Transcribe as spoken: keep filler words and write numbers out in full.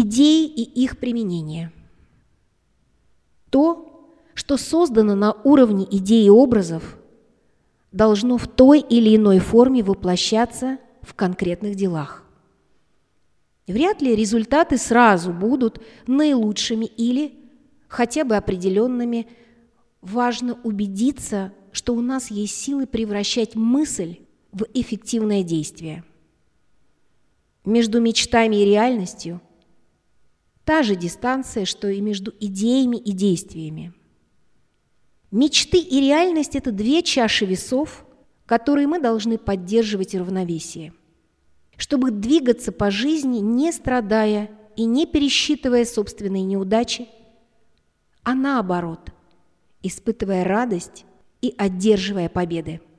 идеи и их применение. То, что создано на уровне идей и образов, должно в той или иной форме воплощаться в конкретных делах. Вряд ли результаты сразу будут наилучшими или хотя бы определенными. Важно убедиться, что у нас есть силы превращать мысль в эффективное действие. Между мечтами и реальностью та же дистанция, что и между идеями и действиями. Мечты и реальность – это две чаши весов, которые мы должны поддерживать в равновесии, чтобы двигаться по жизни, не страдая и не пересчитывая собственные неудачи, а наоборот, испытывая радость и одерживая победы.